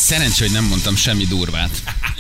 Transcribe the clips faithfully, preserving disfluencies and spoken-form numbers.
Szerencsé, hogy nem mondtam semmi durvát.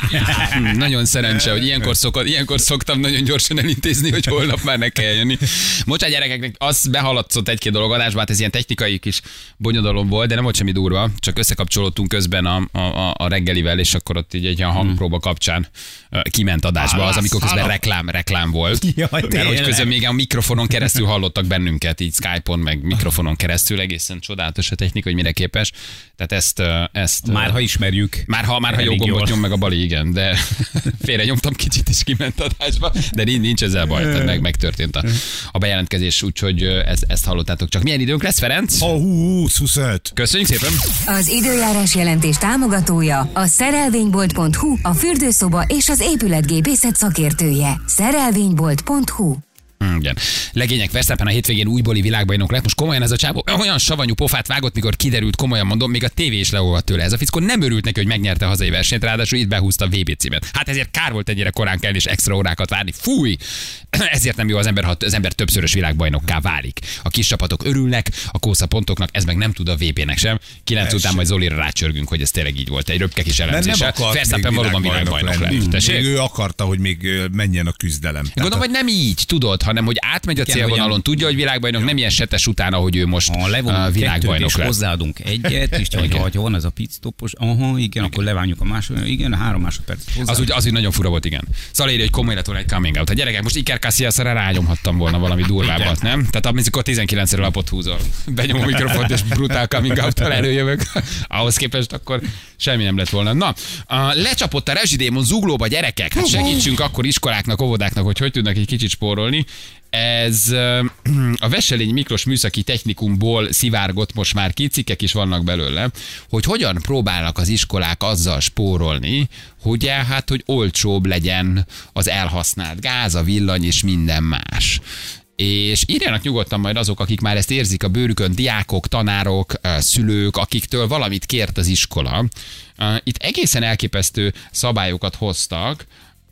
Nagyon szerencsé, hogy ilyenkor, szokott, ilyenkor szoktam nagyon gyorsan elintézni, hogy holnap már ne kell jönni. Bocsánat, gyerekeknek, az behaladszott egy-két dolog adásba, hát ez ilyen technikai kis bonyodalom volt, de nem volt semmi durva, csak összekapcsolódtunk közben a, a, a reggelivel, és akkor ott így egy ilyen hangpróba kapcsán kiment adásba az, amikor közben reklám, reklám volt. Jaj, mert hogy közben még a mikrofonon keresztül hallottak bennünket, így Skype-on, meg mikrofonon keresztül, egészen csodálatos a technika, hogy mire képes. Tehát ezt... ezt már ha ismerjük. Már ha, már ha jó gombot nyom meg a Bali, igen, de félre nyomtam kicsit, és kiment adásba, de nincs ezzel baj, tehát meg, megtörtént a, a bejelentkezés, úgyhogy ezt, ezt hallottátok. Csak milyen időnk lesz, Ferenc? A húsz huszonöt. Köszönjük szépen! Az időjárás jelentés támogatója a szerelvénybolt pont hu, a fürdőszoba és az épületgépészet szakértője. szerelvénybolt pont hu. Igen. Legények Verstappen a hétvégén újbóli világbajnok lett. Most komolyan ez a csávó olyan savanyú pofát vágott, mikor kiderült, komolyan mondom, még a tévé is leolvadt tőle. Ez a fickó nem örült neki, hogy megnyerte a hazai versenyt, ráadásul itt behúzta a vé bé címet. Hát ezért kár volt ennyire korán kelni és extra órákat várni. Fúj! Ezért nem jó az ember, ha az ember többszörös világbajnokká válik. A kis csapatok örülnek, a kósza pontoknak, ez meg nem tud a vé bének sem. Kilenc után majd Zolira rácsörgünk, hogy ez tényleg így volt. Egy röpke kis elemzéssel. Verstappen valóban világbajnok lett. Még ő akarta, hogy még menjen a küzdelem. Gondolom, hogy nem így, tudod, hanem hogy átmegy a célvonalon, tudja, hogy világbajnok, nem ilyen setes utána, hogy ő most a világbajnok lett. Hozzáadunk egyet, és ha van ez a pitstopos, aha, igen, akkor levánjuk a második, igen, a három másodperc. Az úgy, az úgy nagyon fura volt, igen. Szóval írja, hogy komoly lett volna egy coming out. A gyerekek, most Iker Casillasra rányomhattam volna valami durvábbat, nem? Tehát amikor tizenkilencre lapot húzol, benyom a mikrofont, és brutál coming out-tal előjövök, ahhoz képest akkor semmi nem lett volna. Na, lecsapott a rezsidémon Zuglóba, gyerekek, hát segítsünk akkor iskoláknak, óvodáknak, hogy hogy tudnak egy kicsit spórolni. Ez a Wesselény Miklós Műszaki Technikumból szivárgott most már ki, cikkek is vannak belőle, hogy hogyan próbálnak az iskolák azzal spórolni, hogy hát, hogy olcsóbb legyen az elhasznált gáz, a villany és minden más. És írjanak nyugodtan majd azok, akik már ezt érzik a bőrükön, diákok, tanárok, szülők, akiktől valamit kért az iskola. Itt egészen elképesztő szabályokat hoztak,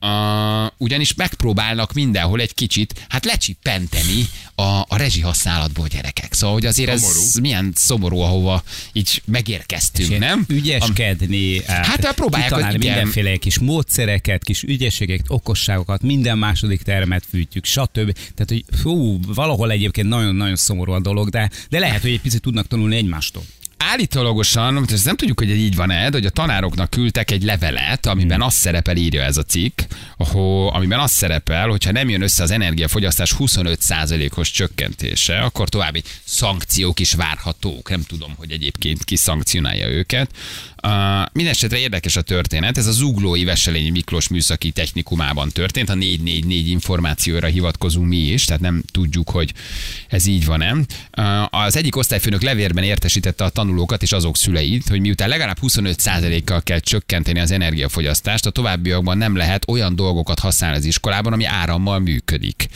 Uh, ugyanis megpróbálnak mindenhol egy kicsit, hát lecsippenteni a, a rezsihasználatból, gyerekek. Szóval, hogy azért szomorú. Ez milyen szomorú, ahova így megérkeztünk, és nem? Ügyeskedni, hát próbálják, kitalálni hogy mindenféle kis módszereket, kis ügyességeket, okosságokat, minden második termet fűtjük, stb. Tehát, hogy fú, valahol egyébként nagyon-nagyon szomorú a dolog, de, de lehet, hogy egy picit tudnak tanulni egymástól. Állítólagosan, ezt nem tudjuk, hogy így van-e, de hogy a tanároknak küldtek egy levelet, amiben az szerepel, írja ez a cikk, ahol, amiben az szerepel, hogyha nem jön össze az energiafogyasztás huszonöt százalékos csökkentése, akkor további szankciók is várhatók. Nem tudom, hogy egyébként ki szankcionálja őket. Uh, Mindenesetre érdekes a történet. Ez a zuglói Wesselényi Miklós Műszaki Technikumában történt. A négy négy négy információra hivatkozunk mi is, tehát nem tudjuk, hogy ez így van-e. Uh, az egyik osztályfőnök levélben értesítette a tanulókat és azok szüleit, hogy miután legalább huszonöt százalékkal kell csökkenteni az energiafogyasztást, a továbbiakban nem lehet olyan dolgokat használni az iskolában, ami árammal működik.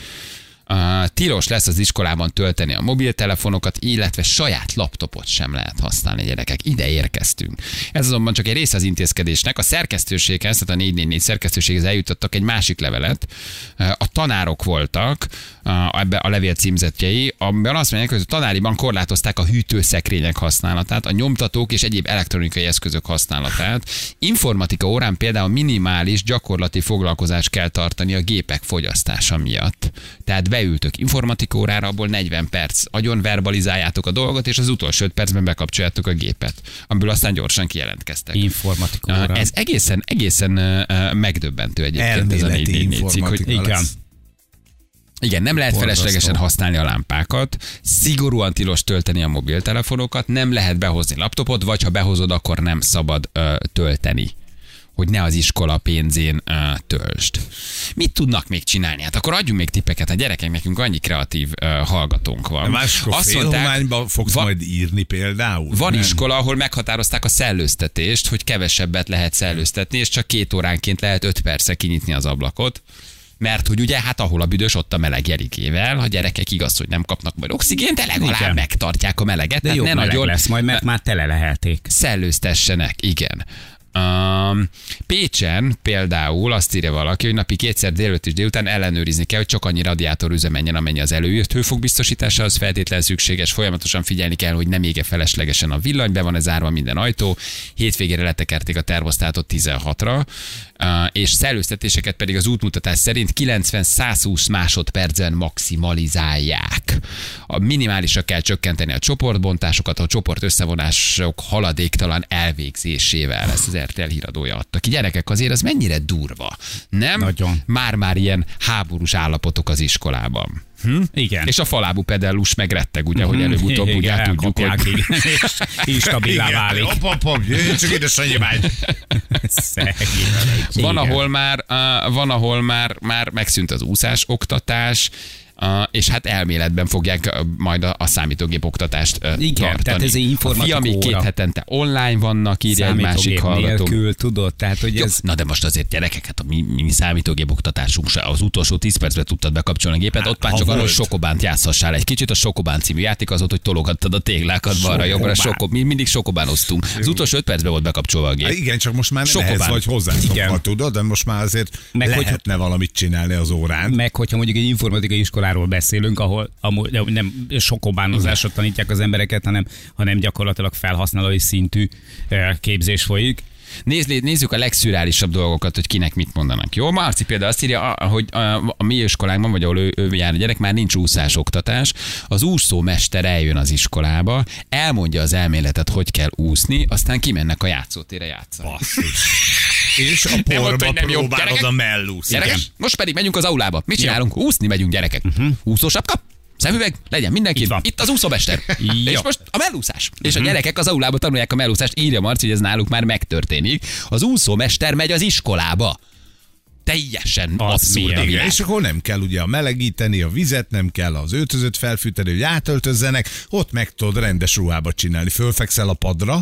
Uh, tilos lesz az iskolában tölteni a mobiltelefonokat, illetve saját laptopot sem lehet használni, gyerekek. Ide érkeztünk. Ez azonban csak egy része az intézkedésnek. A szerkesztőséghez, tehát a négy négy négy szerkesztőséghez eljutottak egy másik levelet. Uh, a tanárok voltak uh, ebbe a levél címzetjei, amiben azt mondják, hogy a tanáriban korlátozták a hűtőszekrények használatát, a nyomtatók és egyéb elektronikai eszközök használatát. Informatika órán például minimális gyakorlati foglalkozást kell tartani a gépek fogyasztása miatt. Tehát beültök informatika órára, abból negyven perc agyon verbalizáljátok a dolgot, és az utolsó öt percben bekapcsoljátok a gépet, amiből aztán gyorsan kijelentkeztek. Informatika óra. Ez egészen, egészen megdöbbentő egyébként. Ez a négy négy négy cikk, hogy igen. Igen, nem lehet Borzasztó. feleslegesen használni a lámpákat, szigorúan tilos tölteni a mobiltelefonokat, nem lehet behozni laptopot, vagy ha behozod, akkor nem szabad ö, tölteni, hogy ne az iskola pénzén uh, töltsd. Mit tudnak még csinálni? Hát akkor adjunk még tippeket. A gyerekek, nekünk annyi kreatív uh, hallgatónk van. Máskor félhományba fogsz va- majd írni például? Van nem? iskola, ahol meghatározták a szellőztetést, hogy kevesebbet lehet szellőztetni, és csak két óránként lehet öt perce kinyitni az ablakot. Mert hogy ugye, hát ahol a büdös, ott a meleg jerikével, a gyerekek igaz, hogy nem kapnak majd oxigént, de legalább igen, megtartják a meleget. De jó ne meleg nagyon lesz majd, mert már tele lehelték. Szellőztessenek, igen. Um, Pécsen például azt írja valaki, hogy napi kétszer délelőtt és délután ellenőrizni kell, hogy csak annyi radiátorüzem menjen, amennyi az előírt hőfokbiztosításához feltétlen szükséges, folyamatosan figyelni kell, hogy nem ége feleslegesen a villany, be van ez zárva minden ajtó, hétvégére letekerték a termosztátot tizenhatra, uh, és szellőztetéseket pedig az útmutatás szerint kilencven-százhúsz másodpercen maximalizálják. A minimálisra kell csökkenteni a csoportbontásokat, a csoport összevonások haladéktalan elvégzésével. Ezt az er té el híradója adta ki. Gyerekek, azért az mennyire durva, nem? Nagyon. Már-már ilyen háborús állapotok az iskolában. Hm? Igen. És a falábú pedellus meg retteg, ugye, hogy előbb-utóbb ugye Igen, tudjuk, elkapják, hogy... igen, és instabilá válik. Hopp, hopp, hopp, jöjjön csak ide, Sanyi bágy. Szegény. Van, Igen. ahol már, uh, van, ahol már, már megszűnt az úszás oktatás, Uh, és hát elméletben fogják uh, majd a, a számítógép oktatást uh, Igen, tartani. tehát ez egy informatika A fiamik két óra. hetente online vannak, írja egy másik Számítógép hallgató. nélkül, tudod, tehát hogy Jó, ez... na de most azért gyerekek, hát a mi, mi számítógép oktatásunk se. Az utolsó tíz percben tudtad bekapcsolni a gépet, ott már ha csak arról volt. Sokobánt játszhassál egy kicsit. A Sokobán című játék az ott, hogy tologattad a téglákat balra-jobbra. Sokob, mi mindig Sokobánoztunk. Az utolsó öt percben volt bekapcsolva a gép. Hát igen, csak most már nem Sokobán. ehhez vagy hozzászokva, Igen. tudod, de most már azért Meg hogy- lehetne valamit csinálni az órán. Meg hogyha mondjuk egy informatikai iskoláról beszélünk, ahol amúgy nem sokobánozásra tanítják az embereket, hanem, hanem gyakorlatilag felhasználói szintű eh, képzés folyik. Nézd, nézzük a legszürálisabb dolgokat, hogy kinek mit mondanak. Jó, Marci például azt írja, hogy a, a mi iskolánkban, vagy ahol ő, ő jár a gyerek, már nincs úszás oktatás. Az úszómester eljön az iskolába, elmondja az elméletet, hogy kell úszni, aztán kimennek a játszótérre játszani. Basszus. És a Nem mondta, porba hogy nem jó. próbálod Gyerekek? a mellúszt. Gyerekek, most pedig megyünk az aulába. Mit csinálunk? Úszni megyünk, gyerekek. Uh-huh. Úszósapka? Szemüveg? Legyen mindenki. Itt van. Itt az úszómester. Jó. És most a mellúszás. És a gyerekek az aulába tanulják a mellúszást. Írja Marci, hogy ez náluk már megtörténik. Az úszómester megy az iskolába. Teljesen Az abszurd a milyen. Igen, világ. és akkor nem kell ugye a melegíteni, a vizet, nem kell az öltözőt felfűteni, hogy átöltözzenek, ott meg tudod rendes ruhába csinálni. Fölfekszel a padra,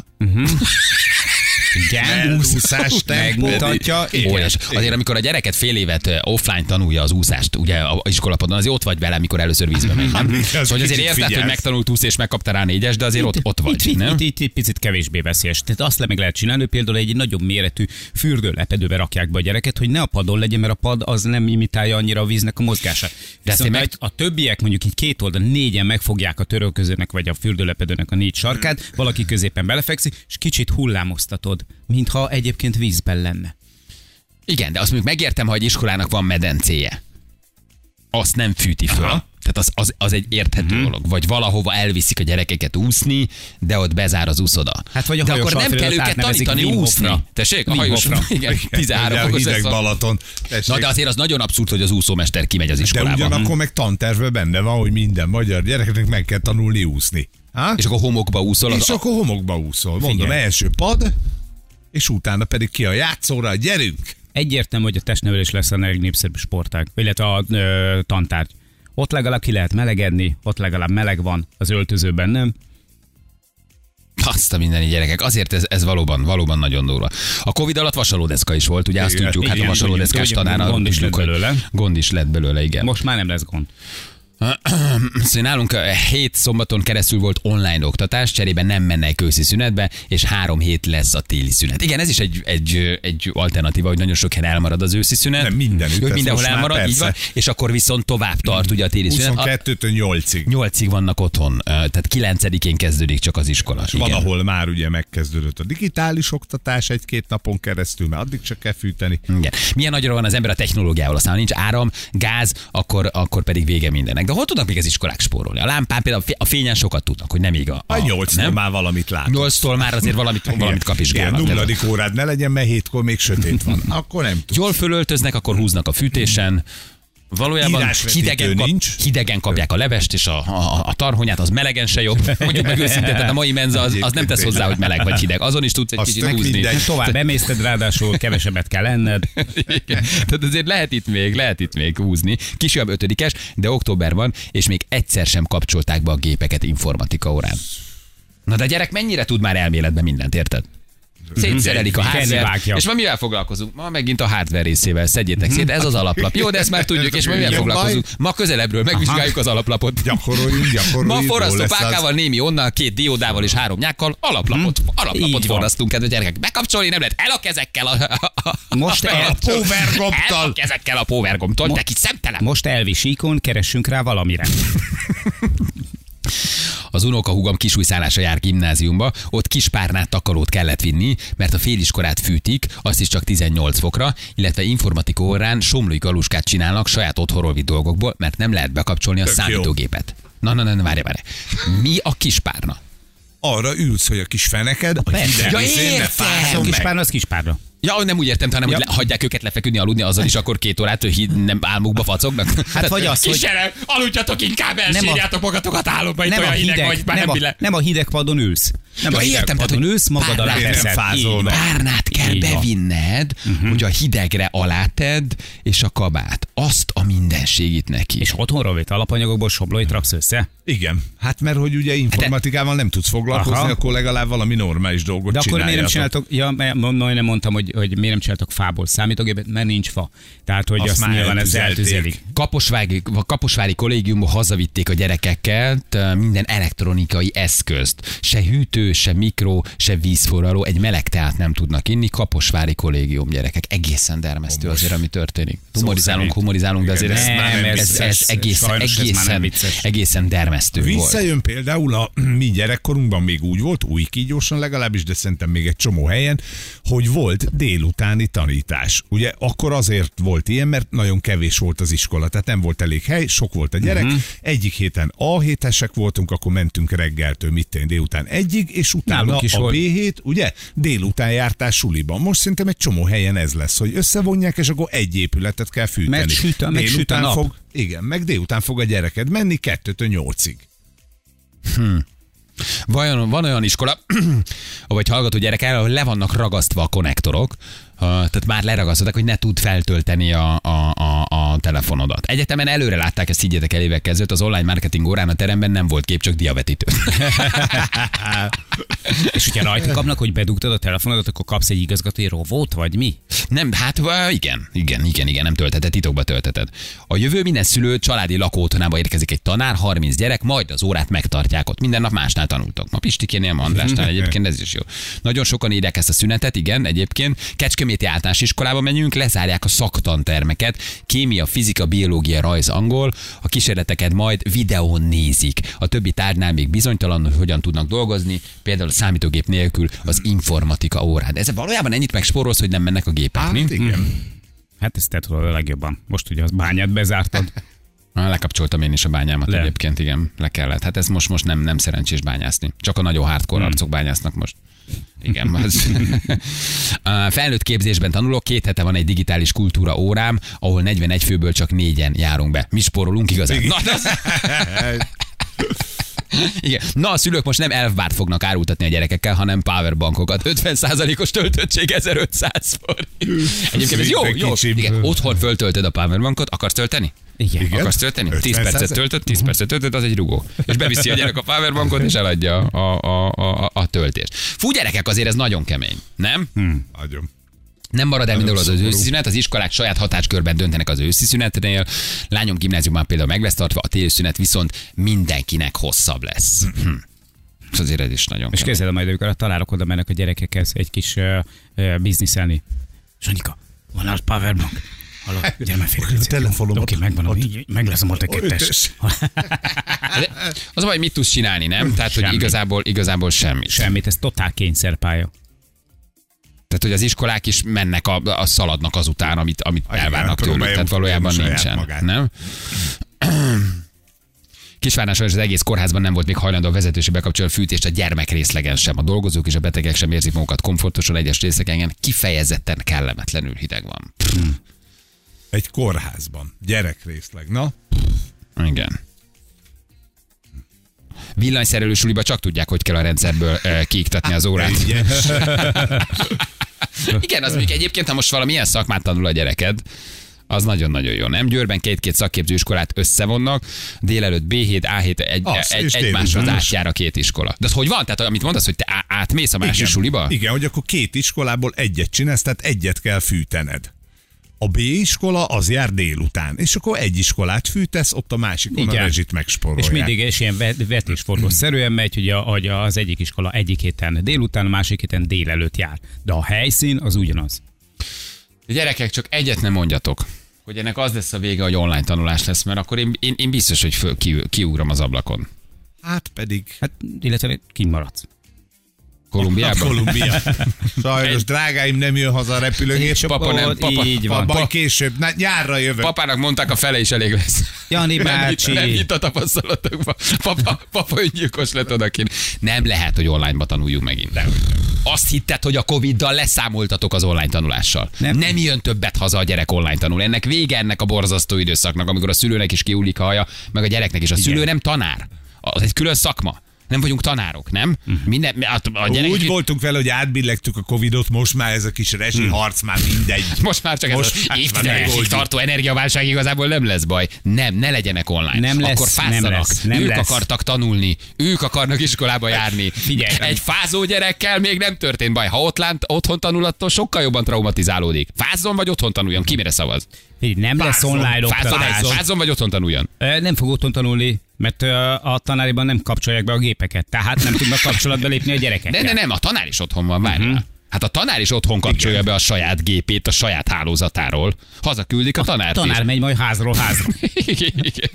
Igen, Mellúszás tempó. megmutatja. Igen. Óriás. Azért, amikor a gyereket fél évet ö, offline tanulja az úszást, ugye a iskolapadon, azért ott vagy vele, amikor először vízbe megy. Nem? Az Szóval azért kicsit érted, hogy figyelsz. megtanult úszni és megkapta rá négyes, de azért ott, ott vagy. Itt, nem? itt, itt, itt picit kevésbé veszélyes. Tehát azt le meg lehet csinálni, hogy például egy nagyobb méretű fürdőlepedőbe rakják be a gyereket, hogy ne a padon legyen, mert a pad az nem imitálja annyira a víznek a mozgását. ezt Viszont én meg- a többiek mondjuk így két oldal négyen megfogják a törölközőnek vagy a fürdőlepedőnek a négy sarkát, valaki középen belefekszik, és kicsit hullámoztatod, mintha egyébként vízben lenne. Igen, de azt mondjuk megértem, ha egy iskolának van medencéje. Azt nem fűti föl. Aha. Tehát az, az, az egy érthető Mhm. uh-huh. dolog. Vagy valahova elviszik a gyerekeket úszni, de ott bezár az úszoda. Hát vagy a de hajós akkor nem kell alföldet őket átnevezik tanítani Wim úszni. Hofra. Tessék? A Wim hajós, Hofra. igen, tizenhárom Ugye a fokos hideg lesz a- Balaton. Tessék. Na de azért az nagyon abszurd, hogy az úszómester kimegy az De iskolába. ugyanakkor meg tantervben benne van, hogy minden magyar gyereknek meg kell tanulni úszni. Ha? És akkor homokba úszol. Az És akkor homokba úszol. Mondom, Figyelj. első pad, és utána pedig ki a játszóra, gyerünk! Egyértelmű, hogy a testnevelés lesz a legnépszerűbb sportág, illetve a ö, tantárgy. Ott legalább ki lehet melegedni, ott legalább meleg van, az öltözőben nem. Azt a mindeni gyerekek. Azért ez, ez valóban, valóban nagyon durva. A Covid alatt vasalódeszka is volt, ugye azt Igen, tudjuk, hát a igen, vasalódeszkás tudjuk, tanár. gond is tudjuk, lett hogy- belőle. Gond is lett belőle, igen. Most már nem lesz gond. Szóval nálunk eh, hét szombaton keresztül volt online oktatás, cserébe nem mennek őszi szünetbe, és három hét lesz a téli szünet. Igen, ez is egy, egy, egy alternatíva, hogy nagyon sok helyen elmarad az őszi szünet. Nem mindenütt, Hogy ez mindenhol most már elmarad, így van, persze. és akkor viszont tovább tart ugye a téli szünet. A- huszonkettőtől nyolcig. Nyolcig vannak otthon, eh, tehát kilencedikén kezdődik csak az iskola. Van, Igen. ahol már ugye megkezdődött a digitális oktatás egy-két napon keresztül, mert addig csak kell fűteni. Igen. Milyen nagyra van az ember a technológiával, aztán ha nincs áram, gáz, akkor, akkor pedig vége mindennek. De hol tudnak még az iskolák spórolni? A lámpán például a fényen sokat tudnak, hogy nem ég a... A nyolctól nem? már valamit látok. Nyolctól már azért valamit, valamit Igen, kapizsgálnak. nulladik órád ne legyen, mert hétkor még sötét van. Akkor nem tudsz. Jól fölöltöznek, akkor húznak a fűtésen. Valójában Írásvetítő hidegen, kap, nincs. hidegen kapják a levest és a, a, a tarhonyát, az melegen se jobb. Mondjuk meg őszintén, tehát a mai menza az, az nem tesz hozzá, hogy meleg vagy hideg. Azon is tudsz egy Az kicsit tök húzni. mindegy. Tovább emészted, ráadásul kevesebbet kell enned. Igen. Tehát azért lehet itt még, lehet itt még húzni. Kisebb ötödikes, de október van, és még egyszer sem kapcsolták be a gépeket informatika órán. Na de a gyerek mennyire tud már elméletben mindent, érted? Szétszerelik a Kenny hardware, vágja. és ma mivel foglalkozunk? Ma megint a hardware részével szedjétek szét, ez az alaplap. Jó, de ezt már tudjuk, és ma mivel Jó foglalkozunk? Ma közelebbről megvizsgáljuk az alaplapot. Gyakoroljunk, gyakoroljunk. Ma forrasztó jó lesz az. pákával, némi onnal, két diódával és három nyákkal alaplapot, alaplapot Így van. forrasztunk, kedves gyerekek. Bekapcsolni nem lehet, el a kezekkel a, a, a, Most a, el- a Powergombtal. El a kezekkel a powergombtól, de kit szemtelen. Most Elvi síkon keressünk rá valamire. Az unokahúgom kisújszállása jár gimnáziumba, ott kispárnát takarót kellett vinni, mert a féliskolát fűtik, azt is csak tizennyolc fokra, illetve informatika órán somlói galuskát csinálnak saját otthonról vitt dolgokból, mert nem lehet bekapcsolni a Tök jó. számítógépet. Na, na, na, na, várj, várj. Mi a kispárna? Arra ülsz, hogy a kis feneked, a Persze. hideg Ja, vizén ne értem. fázzon meg. Kispárna az kispárna. Ja, nem úgy értem, hanem, Ja. hogy le, hagyják őket lefeküdni, aludni, azzal is akkor két órát, hogy híd, nem álmukba facognak. Hát vagy az, hogy- Istenem, aludjatok inkább, Nem a- elsírjátok magatokat álomba, itt Nem a, olyan hideg hideg, vagy, már nem, nem a, bille. nem a hideg padon ülsz. Nem Ja, a hideg értem, tehát, padon hogy ülsz, magad alá párnát teszed. nem fázol Így meg. van. Párnát kell Így van. bevinned, uh-huh. hogy a hidegre alátedd, és a kabát. Azt a minden segít neki. És otthonról vett alapanyagokból somlóit raksz össze? Igen, hát mert hogy ugye informatikával nem tudsz foglalkozni, Aha. akkor legalább valami normális dolgot De akkor miért nem csináljatok. csináltok, ja, m- majdnem mondtam, hogy, hogy miért nem csináltok fából számítógépet, mert nincs fa. Tehát, hogy Azt azt, már nyilván ez eltüzelték. eltüzelik. Kaposvári, a Kaposvári kollégiumból hazavitték a gyerekeket minden elektronikai eszközt. Se hűtő, se mikro, se vízforraló, egy meleg teát nem tudnak inni. Kaposvári kollégium gyerekek. Egészen dermesztő azért, ami történik. Humorizálunk, szerint. humorizálunk, de azért ez, Igen, ez, nem, ez, ez- ez, ez- egészen, sajnos ez már nem egészen, vicces. egészen dermesztő volt. Visszajön például a mi gyerekkorunkban még úgy volt, új kígyósan legalábbis, de szerintem még egy csomó helyen, hogy volt délutáni tanítás. Ugye akkor azért volt ilyen, mert nagyon kevés volt az iskola, tehát nem volt elég hely, sok volt a gyerek. Uh-huh. Egyik héten A hétesek voltunk, akkor mentünk reggeltől mit tenni délután egyig, és utána Nálunk is a volt. B hét, ugye, délután jártás suliban. Most szerintem egy csomó helyen ez lesz, hogy összevonják, és akkor egy épületet kell fűteni. Meg süt a- meg süt a Délután nap. fog, igen, meg délután fog a gyereked menni kettőtől nyolcig. Vajon, van olyan iskola, vagy hallgató gyerek el, ahol le vannak ragasztva a konnektorok, uh, tehát már leragasztották, hogy ne tud feltölteni a, a, a, a telefonodat. Egyetemen előre látták, ezt higgyétek el évekkel ezelőtt, az online marketing órán a teremben nem volt kép, csak diavetítő. És hogyha rajta kapnak, hogy bedugtad a telefonodat, akkor kapsz egy igazgatói rovót, vagy mi? Nem, hát uh, igen, igen, igen, igen, nem tölteted, titokba tölteted. A jövő minden szülő családi lakóotthonába érkezik egy tanár, harminc gyerek, majd az órát megtartják ott. Minden nap másnál tanultok. Ma Pistikénél, ma Andrásnál egyébként ez is jó. Nagyon sokan írják ezt a szünetet, igen, egyébként. Kecskeméti általános iskolába megyünk, lezárják a szaktantermeket, kémia, fizika, biológia, rajz, angol, a kísérleteket majd videón nézik. A többi tárgynál még bizonytalan, hogy hogyan tudnak dolgozni, például a számítógép nélkül az informatika órán. Ez valójában ennyit megspórolsz, hogy nem mennek a gépek, Hát mi? igen. Hát ezt te tudod a legjobban. Most ugye az bányát bezártad. Na, lekapcsoltam én is a bányámat Le. egyébként, igen, le kellett. Hát ez most, most nem, nem szerencsés bányászni. Csak a nagyon hardcore Hmm. arcok bányásznak most. Igen, az. A felnőtt képzésben tanulok, két hete van egy digitális kultúra órám, ahol negyvenegy főből csak négyen járunk be. Mi spórolunk igazán? Na, de az... Igen. Na, a szülők most nem elfbárt fognak árultatni a gyerekekkel, hanem powerbankokat. ötven százalékos töltöttség ezerötszáz forint. Egyébként ez jó, jó. Kicsibb. Igen, otthon föltöltöd a powerbankot, akarsz tölteni? Igen. Igen. Akarsz tölteni? tíz ötven percet százalék? töltött, tíz percet töltött, az egy rugó. És beviszi a gyerek a powerbankot, és eladja a, a, a, a, a töltést. Fú, gyerekek, azért ez nagyon kemény, nem? Hmm. Nagyon. Nem marad el mindenhol az, az szomorú. őszi szünet, az iskolák saját hatáskörben döntenek az őszi szünetnél. Lányom gimnáziumban például meg lesz tartva, a téli szünet viszont mindenkinek hosszabb lesz. Hm. És azért ez is nagyon És kemény. képzeld, majd amikor a tanárok oda mennek a gyerekekhez egy kis uh, uh, bizniszelni. Sanyika, van az powerbank? Halló, gyere már félre. A telefonomat. Oké, megvan, Ott- így- meg lesz a Mote kettes. Ötös. De az a baj, mit tudsz csinálni, nem? Tehát, hogy Semmi. igazából, igazából semmit. Semmit, ez totál kényszerpálya. Tehát, hogy az iskolák is mennek, a, a szaladnak azután, amit, amit Igen, elvárnak tőlük. próbálja Tehát valójában utolérni nincsen. saját magát. Nem? Kisvárnáson az egész kórházban nem volt még hajlandó a vezetősi bekapcsolni a fűtést a gyermekrészlegen sem. A dolgozók és a betegek sem érzik magukat komfortosan, egyes részeken kifejezetten kellemetlenül hideg van. Egy kórházban. Gyerekrészleg. Na, Igen. Villanyszerelő suliba csak tudják, hogy kell a rendszerből uh, kiiktatni az órát. egyes. Igen, az mondjuk egyébként, ha most valamilyen szakmát tanul a gyereked, Az nagyon-nagyon jó. Nem Győrben két-két szakképzőiskolát összevonnak, délelőtt bé hét, á hét egy, Az, egy, és egymáshoz délután. átjár a két iskola. De az hogy van? Tehát amit mondasz, hogy te á- átmész a másik Igen. suliba? Igen, hogy akkor két iskolából egyet csinálsz, tehát egyet kell fűtened. A B iskola az jár délután, és akkor egy iskolát fűtesz, ott a másikon a Igen. rezsit megspórolják. És mindig és ilyen vet- vetésfordulószerűen megy, hogy, a, hogy az egyik iskola egyik héten délután, a másik héten délelőtt jár. De a helyszín az ugyanaz. Gyerekek, csak egyet nem mondjatok, hogy ennek az lesz a vége, hogy online tanulás lesz, mert akkor én, én, én biztos, hogy föl, ki, kiugrom az ablakon. Hát pedig... Hát, illetve kimaradsz. Kolumbiában? Kolumbia. Sajnos, drágáim, nem jön haza a repülőgép. És Papa nem, akkor papa, így Van, van. majd később, na, nyárra jövök. Papának mondták, a fele is elég lesz. Jani Nem, bácsi. nem itt a tapasztalatokban. Papa, papa öngyilkos lett odakint. Nem lehet, hogy online-ba tanuljunk megint. Nem. Azt hitted, hogy a Coviddal leszámoltatok az online tanulással. Nem. Nem. nem jön többet haza a gyerek online tanul. Ennek vége ennek a borzasztó időszaknak, amikor a szülőnek is kiúlik a haja, meg a gyereknek is. A szülő nem tanár. Az egy külön szakma. Nem vagyunk tanárok, nem? Minden, a, a gyerek... Úgy voltunk vele, hogy átbillegtük a Covidot, most már ez a kis rezsi harc már mindegy. Most már csak Most ez hát az már évtizedekig megoldjuk. tartó energiaválság igazából nem lesz baj. Nem, ne legyenek online. Nem lesz, Akkor nem fázzanak. lesz, nem ők lesz. akartak tanulni, ők akarnak iskolába járni. Figyelj. Egy fázó gyerekkel még nem történt baj. Ha ott lánt, otthon tanul, attól sokkal jobban traumatizálódik. Fázzon vagy otthon tanuljon? Ki mire szavaz? Figyelj, nem lesz Fázzon, online Fázzon, oktatás. fázzon vagy otthon tanuljon? Ö, Nem fog otthon tanulni, mert ö, a tanáriban nem kapcsolják be a gépeket, tehát nem tudnak kapcsolatba lépni a gyerekekkel. De, de nem, a tanár is otthon van, várjál. Uh-huh. Hát a tanár is otthon kapcsolja be a saját gépét a saját hálózatáról. Hazaküldik a tanárt Tanár is. megy majd házról házra. Igen, igen.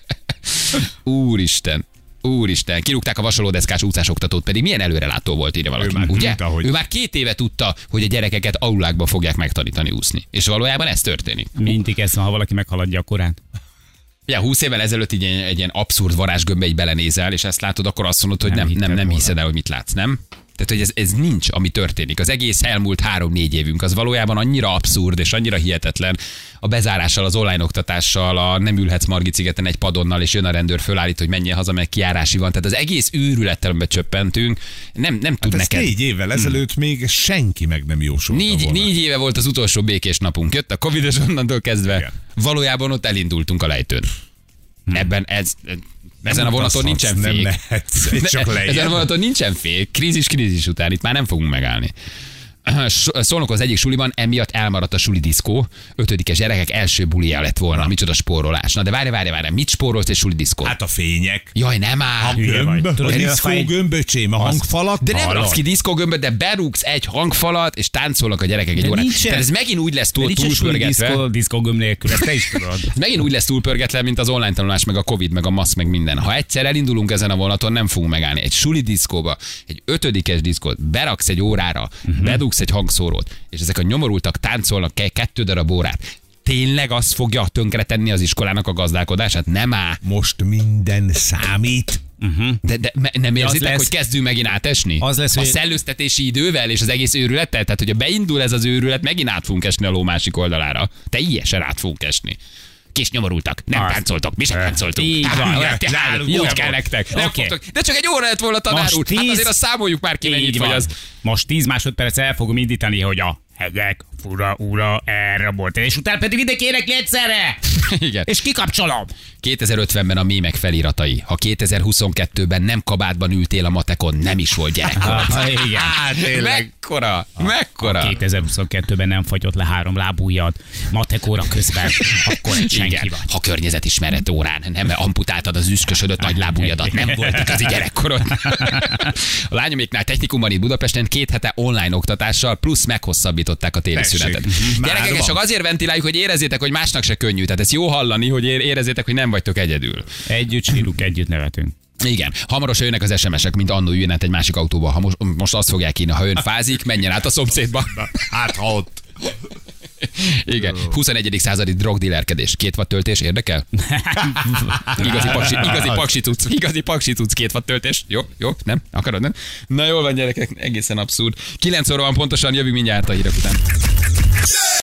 Úristen. Úristen, kirúgták a vasalódeszkás úszásoktatót, pedig milyen előrelátó volt, írja valaki. Ő már ugye? tudta, hogy- Ő már két éve tudta, hogy a gyerekeket aulákba fogják megtanítani úszni. És valójában ez történik. Mindig ez van, ha valaki meghaladja a korát. Ja, húsz évvel ezelőtt így egy, egy ilyen abszurd varázsgömbbe így belenézel, és ezt látod, akkor azt mondod, hogy Nem nem, nem, hitted nem volna. hiszed el, hogy mit látsz, nem? Tehát, hogy ez, ez nincs, ami történik. Az egész elmúlt három-négy évünk, az valójában annyira abszurd és annyira hihetetlen. A bezárással, az online oktatással, a nem ülhetsz Margit szigeten egy padonnal, és jön a rendőr, fölállít, hogy menjél haza, meg kijárási van. Tehát az egész őrülettel, amiben csöppentünk, nem, nem tud Hát ezt neked. négy évvel ezelőtt még senki meg nem jósolta Négy, volna. négy éve volt az utolsó békés napunk. Jött a Covid, és onnantól kezdve Igen. valójában ott elindultunk a lejtőn. Ebben ez, ezen a vonaton utazhatsz, nincsen nem fék. mehetsz, itt csak Ne- lejjebb. Ezen a vonaton nincsen fék. Krízis, krízis után itt már nem fogunk megállni. Szolnok az egyik suliban, emiatt elmaradt a suli diszkó. Ötödikes gyerekek első bulija lett volna. Micsoda spórolás. Na de várj, várj, várj, mit spórolsz egy suli diszkó? Hát a fények. Jaj, nem áll. Hülye vagy. Gömb, Tudod, a mi a diszkó fáj? gömböcsém, a hangfalak. De nem hallod? raksz ki diszkógömböt, de berúgsz egy hangfalat, és táncolnak a gyerekek egy De órát. nincsen. Tehát ez megint úgy lesz túl, Nincs egy suli túlpörgetve. diszkó, diszkógömb nélkül, ezt te is tudod. Ez megint úgy lesz túlpörgetlen, mint az online tanulás, meg a Covid, meg a masz, meg minden. Ha egyszer elindulunk ezen a vonaton, nem fogunk megállni. Egy suli diszkóba, egy ötödikes diszkót, beraksz egy órára, uh-huh. bedugsz egy hangszórót, és ezek a nyomorultak táncolnak ke- kettő darab órát. Tényleg az fogja tönkretenni az iskolának a gazdálkodását? Nem áll. Most minden számít. De, de me- nem érzitek, lesz- hogy kezdünk megint átesni? az lesz, a hogy- szellőztetési idővel és az egész őrülettel? Tehát, hogyha beindul ez az őrület, megint át fogunk esni a ló másik oldalára. Teljesen át fogunk esni. Kis nyomorultak, nem Az. táncoltok, mi sem táncoltunk. Így van. Ah, Ja, nálunk jó úgy kell volt. nektek. Nem Oké. fogtok. De csak egy óra lett volna tanár Most úr. Hát tíz- azért azt számoljuk már ki, mennyit Így vagy van. az. Most tíz másodperc el fogom indítani, hogy a hegyek, fura, ura, erre volt. És utána pedig mindenki énekli egyszerre. Igen. És kikapcsolom. kétezer-ötvenben a mémek feliratai. Ha kétezer-huszonkettőben nem kabátban ültél a matekon, nem is volt gyerekkor. Ah, igen. Hát tényleg. Mekkora? Mekkora? kétezer-huszonkettőben nem fagyott le három lábújjad matekóra közben, akkor egy senki Igen. vagy. Ha környezetismeret órán nem amputáltad az üszkösödött nagy lábújadat, nem volt igazi gyerekkorod. A lányoméknál technikumban itt Budapesten két hete online oktatással plusz meghosszabbították a téli Tessék. szünetet. Mhm. Már Gyerekek, és van. csak azért ventiláljuk, hogy érezzétek, hogy másnak se könnyű. Tehát ez jó hallani, hogy ér- érezzétek, hogy nem vagytok egyedül. Együtt sírunk, együtt nevetünk. Igen, hamarosan jönnek az es em esek, mint annó jön át egy másik autóba. Ha most, most azt fogják írni, ha ön fázik, menjen át a szomszédba. Hát ha ott. Igen, huszonegyedik századi drogdillerkedés. Két watt töltés érdekel? Igazi paksi, igazi paksi tudsz, igazi paksi tudsz, két watt töltés. Jó, jó, nem? Akarod, nem? Na jól van, gyerekek, egészen abszurd. kilenc óra van pontosan, jövünk mindjárt a hírek után.